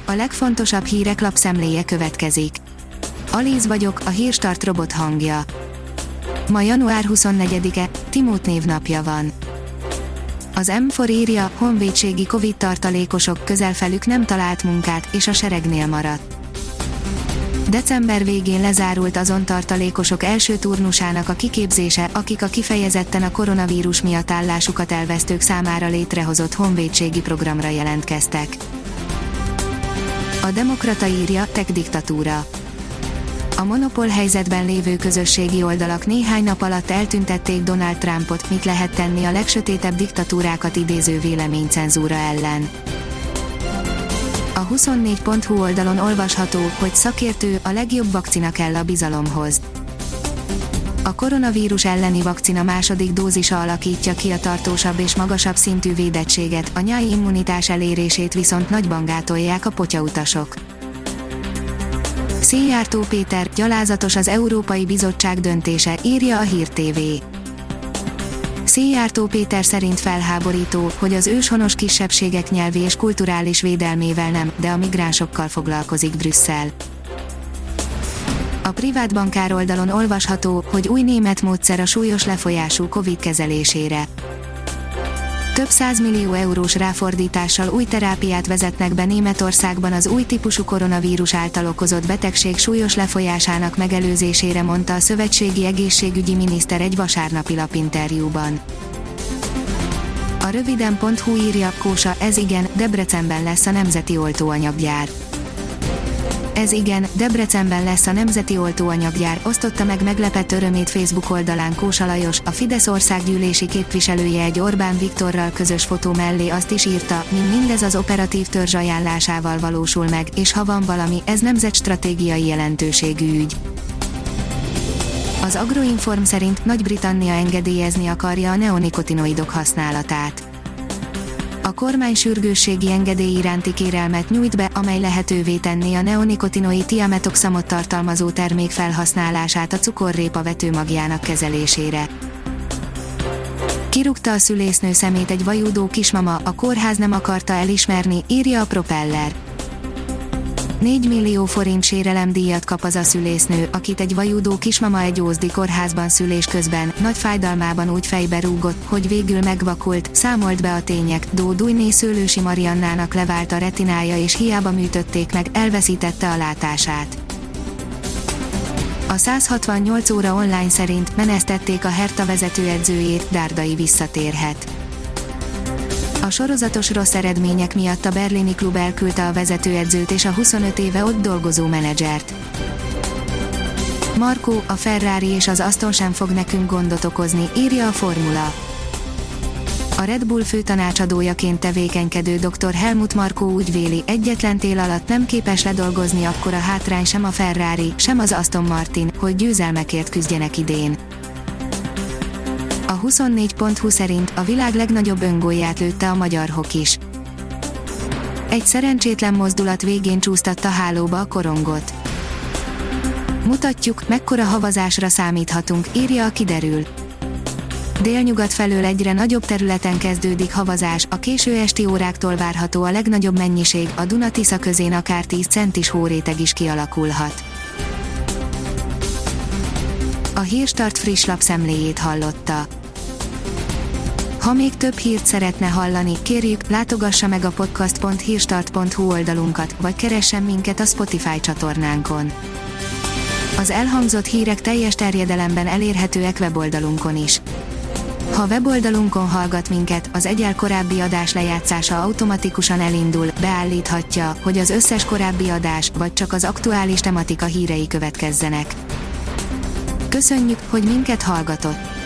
A legfontosabb hírek lapszemléje következik. Alíz vagyok, a Hírstart robot hangja. Ma január 24-e, Timót névnapja van. Az M4 írja, honvédségi Covid tartalékosok, közel felük nem talált munkát, és a seregnél maradt. December végén lezárult azon tartalékosok első turnusának a kiképzése, akik a kifejezetten a koronavírus miatt állásukat elvesztők számára létrehozott honvédségi programra jelentkeztek. A Demokrata írja, tech diktatúra. A monopól helyzetben lévő közösségi oldalak néhány nap alatt eltüntették Donald Trumpot, mit lehet tenni a legsötétebb diktatúrákat idéző véleménycenzúra ellen. A 24.hu oldalon olvasható, hogy szakértő, a legjobb vakcina kell a bizalomhoz. A koronavírus elleni vakcina második dózisa alakítja ki a tartósabb és magasabb szintű védettséget, a nyári immunitás elérését viszont nagyban gátolják a potyautasok. Széjjártó Péter, gyalázatos az Európai Bizottság döntése, írja a Hír TV. Széjjártó Péter szerint felháborító, hogy az őshonos kisebbségek nyelvi és kulturális védelmével nem, de a migránsokkal foglalkozik Brüsszel. A privát bankár oldalon olvasható, hogy új német módszer a súlyos lefolyású Covid kezelésére. Több 100 millió eurós ráfordítással új terápiát vezetnek be Németországban az új típusú koronavírus által okozott betegség súlyos lefolyásának megelőzésére, mondta a szövetségi egészségügyi miniszter egy vasárnapi lapinterjúban. A röviden.hu írja, Kósa, ez igen, Debrecenben lesz a nemzeti oltóanyaggyár. Ez igen, Debrecenben lesz a nemzeti oltóanyaggyár, osztotta meg meglepett örömét Facebook oldalán Kósa Lajos, a Fidesz országgyűlési képviselője egy Orbán Viktorral közös fotó mellé azt is írta, mindez az operatív törzs ajánlásával valósul meg, és ha van valami, ez nemzetstratégiai jelentőségű ügy. Az Agroinform szerint Nagy-Britannia engedélyezni akarja a neonikotinoidok használatát. A kormány sürgősségi engedély iránti kérelmet nyújt be, amely lehetővé tenné a neonikotinoid tiametoxamot tartalmazó termék felhasználását a cukorrépa vetőmagjának kezelésére. Kirúgta a szülésznő szemét egy vajúdó kismama, a kórház nem akarta elismerni, írja a Propeller. 4 millió forint sérelemdíjat kap az a szülésznő, akit egy vajúdó kismama egy ózdi kórházban szülés közben, nagy fájdalmában úgy fejbe rúgott, hogy végül megvakult, számolt be a tények, Dújné Szőlősi Mariannának levált a retinája és hiába műtötték meg, elveszítette a látását. A 168 óra online szerint menesztették a Hertha vezetőedzőjét, Dárdai visszatérhet. A sorozatos rossz eredmények miatt a berlini klub elküldte a vezetőedzőt és a 25 éve ott dolgozó menedzsert. Markó, a Ferrari és az Aston sem fog nekünk gondot okozni, írja a Formula. A Red Bull főtanácsadójaként tevékenykedő dr. Helmut Markó úgy véli, egyetlen tél alatt nem képes ledolgozni akkora hátrány sem a Ferrari, sem az Aston Martin, hogy győzelmekért küzdjenek idén. A 24.hu szerint a világ legnagyobb öngólját lőtte a magyar hokis. Egy szerencsétlen mozdulat végén csúsztatta hálóba a korongot. Mutatjuk, mekkora havazásra számíthatunk, írja a Kiderül. Délnyugat felől egyre nagyobb területen kezdődik havazás, a késő esti óráktól várható a legnagyobb mennyiség, a Duna-Tisza közén akár 10 centis hóréteg is kialakulhat. A Hírstart friss lapszemléjét hallotta. Ha még több hírt szeretne hallani, kérjük, látogassa meg a podcast.hírstart.hu oldalunkat, vagy keressen minket a Spotify csatornánkon. Az elhangzott hírek teljes terjedelemben elérhetőek weboldalunkon is. Ha weboldalunkon hallgat minket, az egyel korábbi adás lejátszása automatikusan elindul, beállíthatja, hogy az összes korábbi adás, vagy csak az aktuális tematika hírei következzenek. Köszönjük, hogy minket hallgatott!